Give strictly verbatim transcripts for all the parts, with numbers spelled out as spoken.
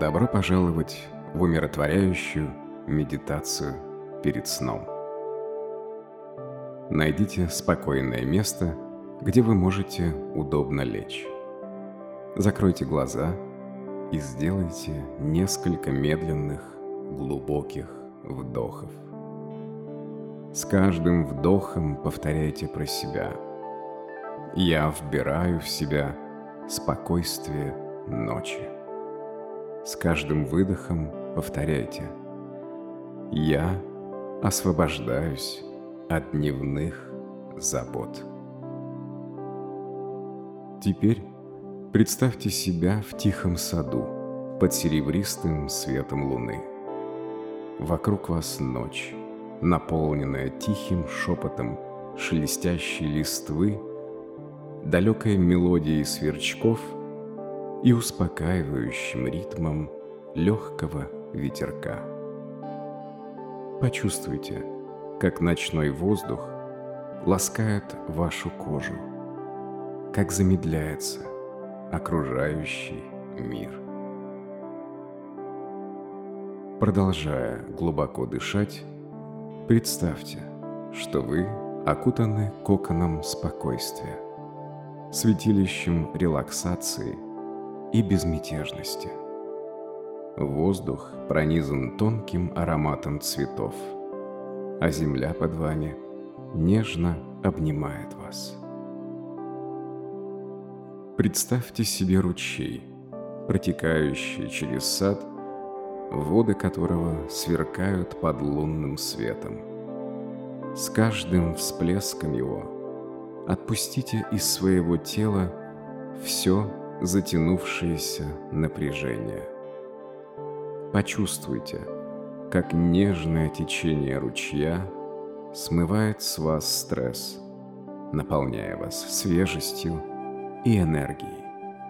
Добро пожаловать в умиротворяющую медитацию перед сном. Найдите спокойное место, где вы можете удобно лечь. Закройте глаза и сделайте несколько медленных, глубоких вдохов. С каждым вдохом повторяйте про себя: «Я вбираю в себя спокойствие ночи». С каждым выдохом повторяйте: «Я освобождаюсь от дневных забот». Теперь представьте себя в тихом саду под серебристым светом луны. Вокруг вас ночь, наполненная тихим шепотом шелестящей листвы, далекой мелодией сверчков и успокаивающим ритмом легкого ветерка. Почувствуйте, как ночной воздух ласкает вашу кожу, как замедляется окружающий мир. Продолжая глубоко дышать, представьте, что вы окутаны коконом спокойствия, святилищем релаксации и безмятежности. Воздух пронизан тонким ароматом цветов, а земля под вами нежно обнимает вас. Представьте себе ручей, протекающий через сад, воды которого сверкают под лунным светом. С каждым всплеском его отпустите из своего тела все затянувшееся напряжение. Почувствуйте, как нежное течение ручья смывает с вас стресс, наполняя вас свежестью и энергией.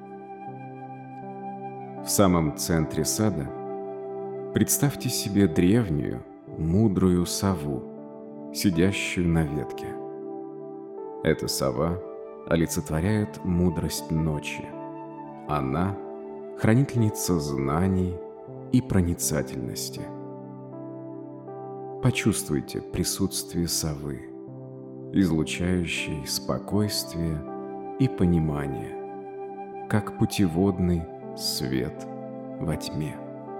В самом центре сада представьте себе древнюю, мудрую сову, сидящую на ветке. Эта сова олицетворяет мудрость ночи. Она – хранительница знаний и проницательности. Почувствуйте присутствие совы, излучающей спокойствие и понимание, как путеводный свет во тьме.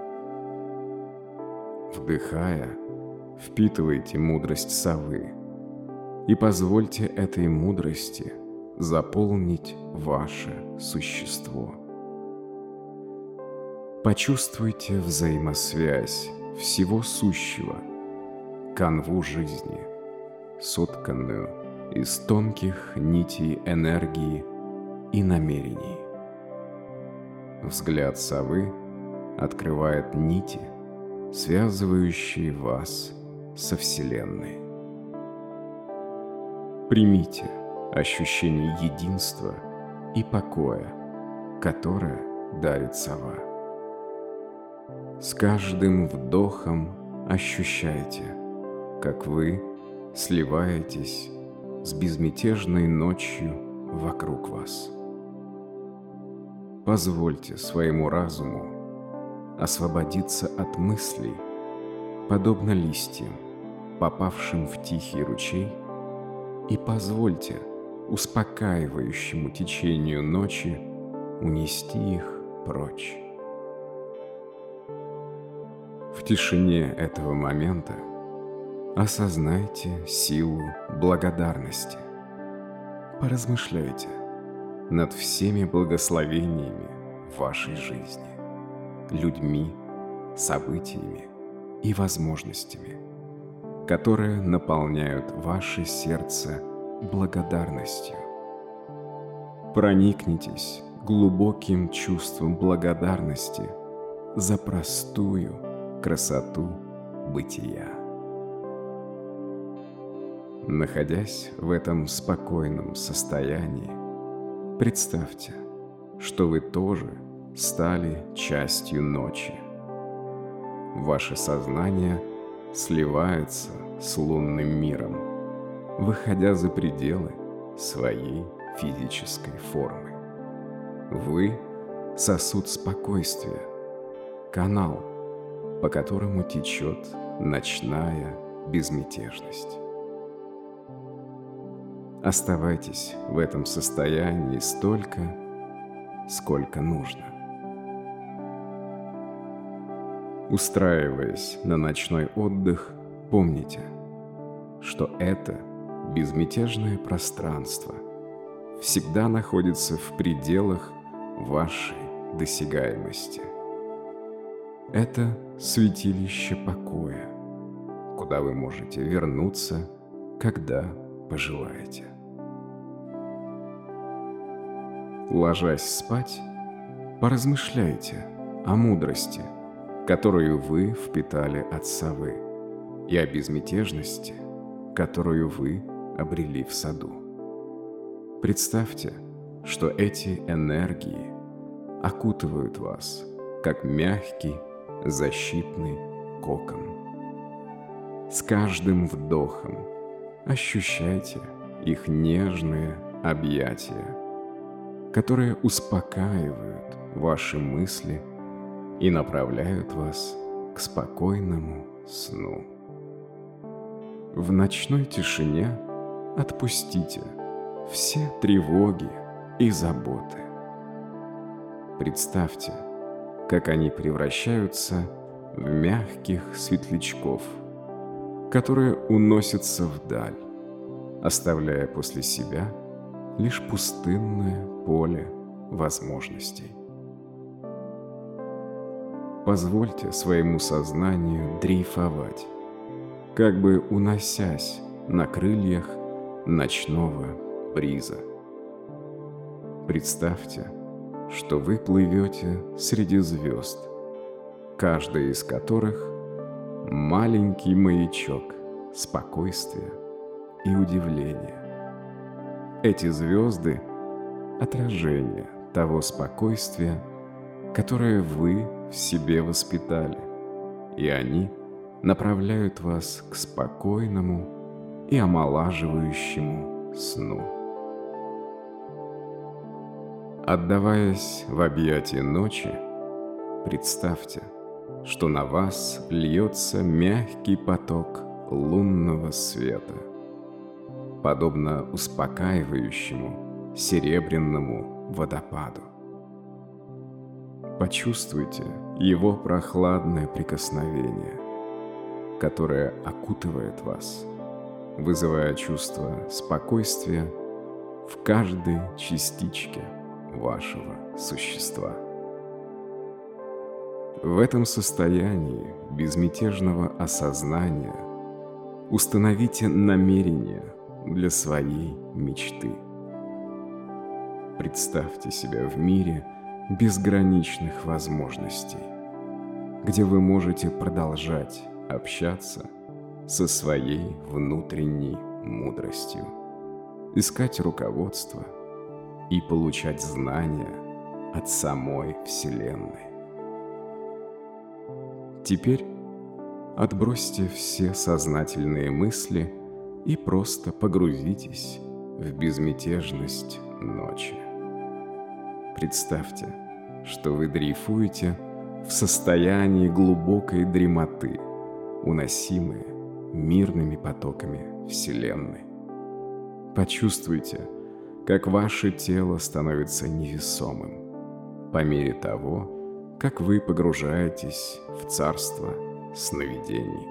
Вдыхая, впитывайте мудрость совы и позвольте этой мудрости заполнить ваше существо. Почувствуйте взаимосвязь всего сущего, канву жизни, сотканную из тонких нитей энергии и намерений. Взгляд совы открывает нити, связывающие вас со Вселенной. Примите ощущение единства и покоя, которое дарит сова. С каждым вдохом ощущайте, как вы сливаетесь с безмятежной ночью вокруг вас. Позвольте своему разуму освободиться от мыслей, подобно листьям, попавшим в тихий ручей, и позвольте успокаивающему течению ночи унести их прочь. В тишине этого момента осознайте силу благодарности. Поразмышляйте над всеми благословениями в вашей жизни, людьми, событиями и возможностями, которые наполняют ваше сердце благодарностью. Проникнитесь глубоким чувством благодарности за простую красоту бытия. Находясь в этом спокойном состоянии, представьте, что вы тоже стали частью ночи. Ваше сознание сливается с лунным миром, выходя за пределы своей физической формы. Вы — сосуд спокойствия, канал, по которому течет ночная безмятежность. Оставайтесь в этом состоянии столько, сколько нужно. Устраиваясь на ночной отдых, помните, что это безмятежное пространство всегда находится в пределах вашей досягаемости. Это святилище покоя, куда вы можете вернуться, когда пожелаете. Ложась спать, поразмышляйте о мудрости, которую вы впитали от совы, и о безмятежности, которую вы обрели в саду. Представьте, что эти энергии окутывают вас, как мягкий защитный кокон. С каждым вдохом ощущайте их нежные объятия, которые успокаивают ваши мысли и направляют вас к спокойному сну. В ночной тишине отпустите все тревоги и заботы. Представьте, как они превращаются в мягких светлячков, которые уносятся вдаль, оставляя после себя лишь пустынное поле возможностей. Позвольте своему сознанию дрейфовать, как бы уносясь на крыльях ночного бриза. Представьте, что вы плывете среди звезд, каждая из которых — маленький маячок спокойствия и удивления. Эти звезды — отражение того спокойствия, которое вы в себе воспитали, и они направляют вас к спокойному и омолаживающему сну. Отдаваясь в объятия ночи, представьте, что на вас льется мягкий поток лунного света, подобно успокаивающему серебряному водопаду. Почувствуйте его прохладное прикосновение, которое окутывает вас, вызывая чувство спокойствия в каждой частичке вашего существа. В этом состоянии безмятежного осознания установите намерение для своей мечты. Представьте себя в мире безграничных возможностей, где вы можете продолжать общаться со своей внутренней мудростью, искать руководство и получать знания от самой Вселенной. Теперь отбросьте все сознательные мысли и просто погрузитесь в безмятежность ночи. Представьте, что вы дрейфуете в состоянии глубокой дремоты, уносимые мирными потоками Вселенной. Почувствуйте, как ваше тело становится невесомым по мере того, как вы погружаетесь в царство сновидений.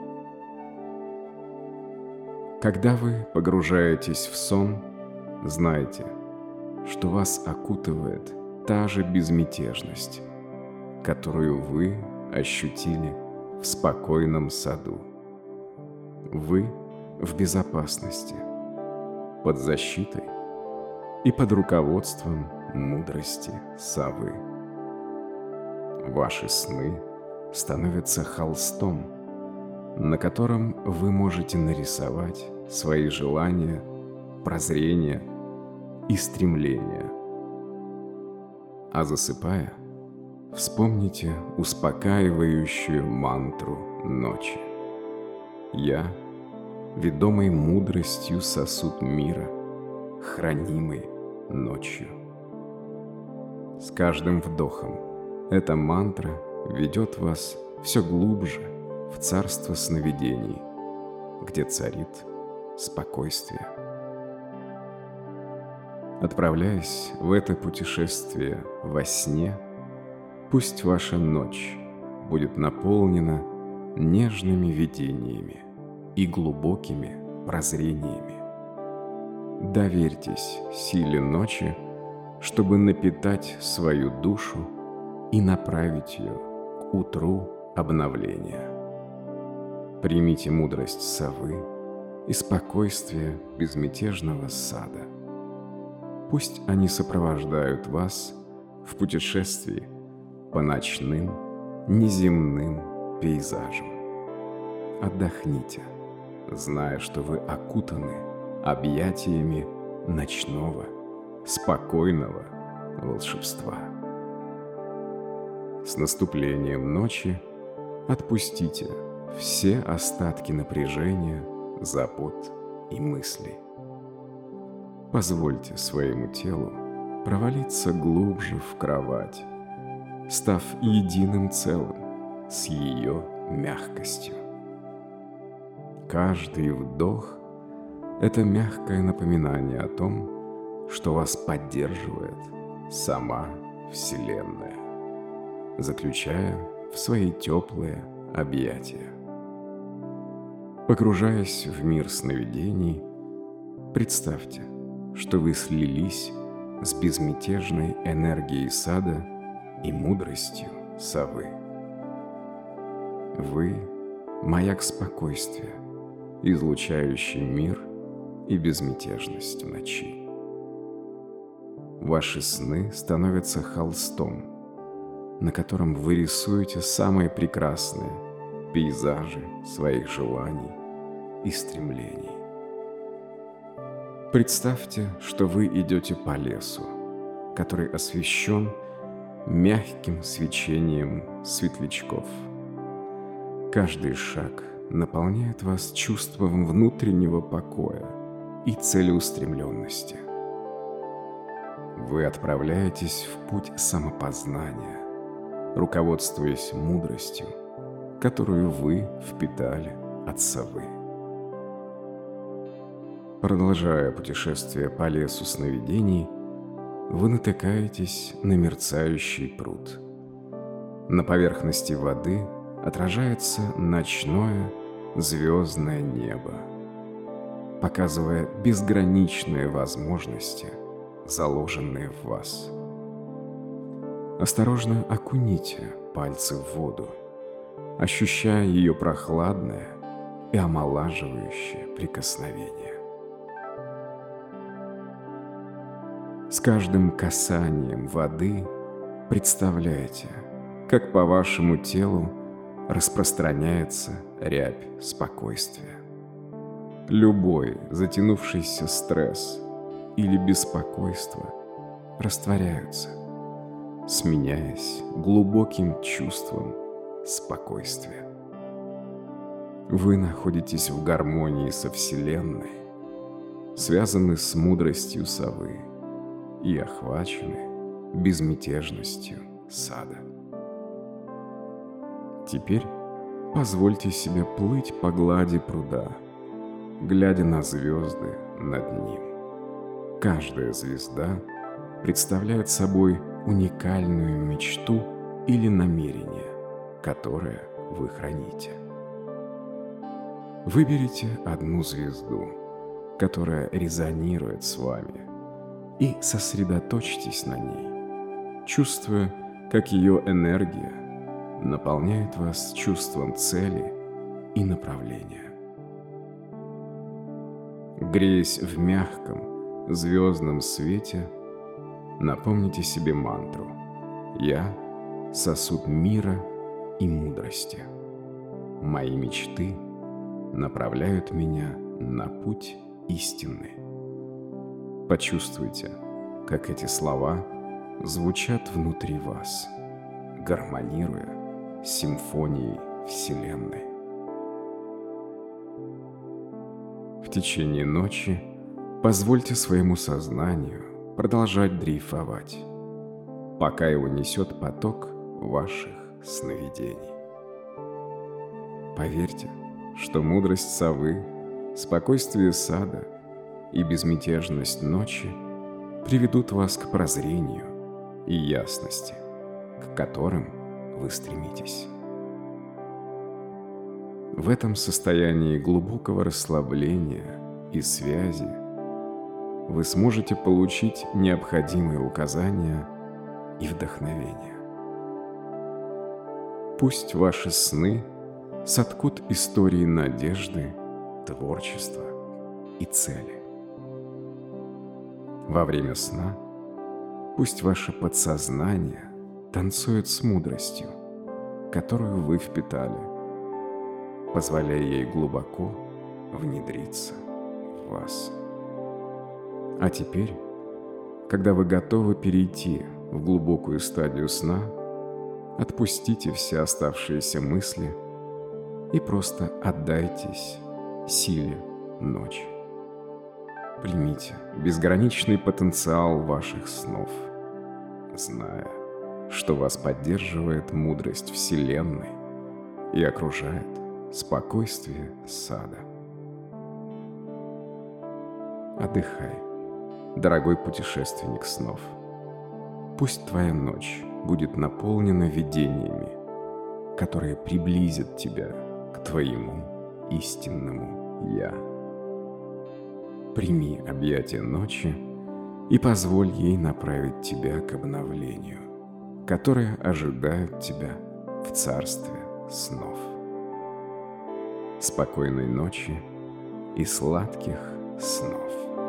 Когда вы погружаетесь в сон, знайте, что вас окутывает та же безмятежность, которую вы ощутили в спокойном саду. Вы в безопасности, под защитой и под руководством мудрости совы. Ваши сны становятся холстом, на котором вы можете нарисовать свои желания, прозрения и стремления. А засыпая, вспомните успокаивающую мантру ночи. Я, ведомый мудростью сосуд мира, хранимый ночью. С каждым вдохом эта мантра ведет вас все глубже в царство сновидений, где царит спокойствие. Отправляясь в это путешествие во сне, пусть ваша ночь будет наполнена нежными видениями и глубокими прозрениями. Доверьтесь силе ночи, чтобы напитать свою душу и направить ее к утру обновления. Примите мудрость совы и спокойствие безмятежного сада. Пусть они сопровождают вас в путешествии по ночным, неземным пейзажам. Отдохните, зная, что вы окутаны объятиями ночного, спокойного волшебства. С наступлением ночи отпустите все остатки напряжения, забот и мыслей. Позвольте своему телу провалиться глубже в кровать, став единым целым с ее мягкостью. Каждый вдох – это мягкое напоминание о том, что вас поддерживает сама Вселенная, заключая в свои теплые объятия. Погружаясь в мир сновидений, представьте, что вы слились с безмятежной энергией сада и мудростью совы. Вы – маяк спокойствия, излучающий мир и безмятежность в ночи. Ваши сны становятся холстом, на котором вы рисуете самые прекрасные пейзажи своих желаний и стремлений. Представьте, что вы идете по лесу, который освещен мягким свечением светлячков. Каждый шаг наполняет вас чувством внутреннего покоя и целеустремленности. Вы отправляетесь в путь самопознания, руководствуясь мудростью, которую вы впитали от совы. Продолжая путешествие по лесу сновидений, вы натыкаетесь на мерцающий пруд. На поверхности воды отражается ночное звездное небо, показывая безграничные возможности, заложенные в вас. Осторожно окуните пальцы в воду, ощущая ее прохладное и омолаживающее прикосновение. С каждым касанием воды представляете, как по вашему телу распространяется рябь спокойствия. Любой затянувшийся стресс или беспокойство растворяются, сменяясь глубоким чувством спокойствия. Вы находитесь в гармонии со Вселенной, связаны с мудростью совы и охвачены безмятежностью сада. Теперь позвольте себе плыть по глади пруда, глядя на звезды над ним. Каждая звезда представляет собой уникальную мечту или намерение, которое вы храните. Выберите одну звезду, которая резонирует с вами, и сосредоточьтесь на ней, чувствуя, как ее энергия наполняет вас чувством цели и направления. Греясь в мягком звездном свете, напомните себе мантру: «Я – сосуд мира и мудрости. Мои мечты направляют меня на путь истинный». Почувствуйте, как эти слова звучат внутри вас, гармонируя с симфонией Вселенной. В течение ночи позвольте своему сознанию продолжать дрейфовать, пока его несет поток ваших сновидений. Поверьте, что мудрость совы, спокойствие сада и безмятежность ночи приведут вас к прозрению и ясности, к которым вы стремитесь. В этом состоянии глубокого расслабления и связи вы сможете получить необходимые указания и вдохновение. Пусть ваши сны соткут истории надежды, творчества и цели. Во время сна пусть ваше подсознание танцует с мудростью, которую вы впитали, позволяя ей глубоко внедриться в вас. А теперь, когда вы готовы перейти в глубокую стадию сна, отпустите все оставшиеся мысли и просто отдайтесь силе ночи. Примите безграничный потенциал ваших снов, зная, что вас поддерживает мудрость Вселенной и окружает спокойствие сада. Отдыхай, дорогой путешественник снов. Пусть твоя ночь будет наполнена видениями, которые приблизят тебя к твоему истинному «Я». Прими объятия ночи и позволь ей направить тебя к обновлению, которое ожидает тебя в царстве снов. Спокойной ночи и сладких снов.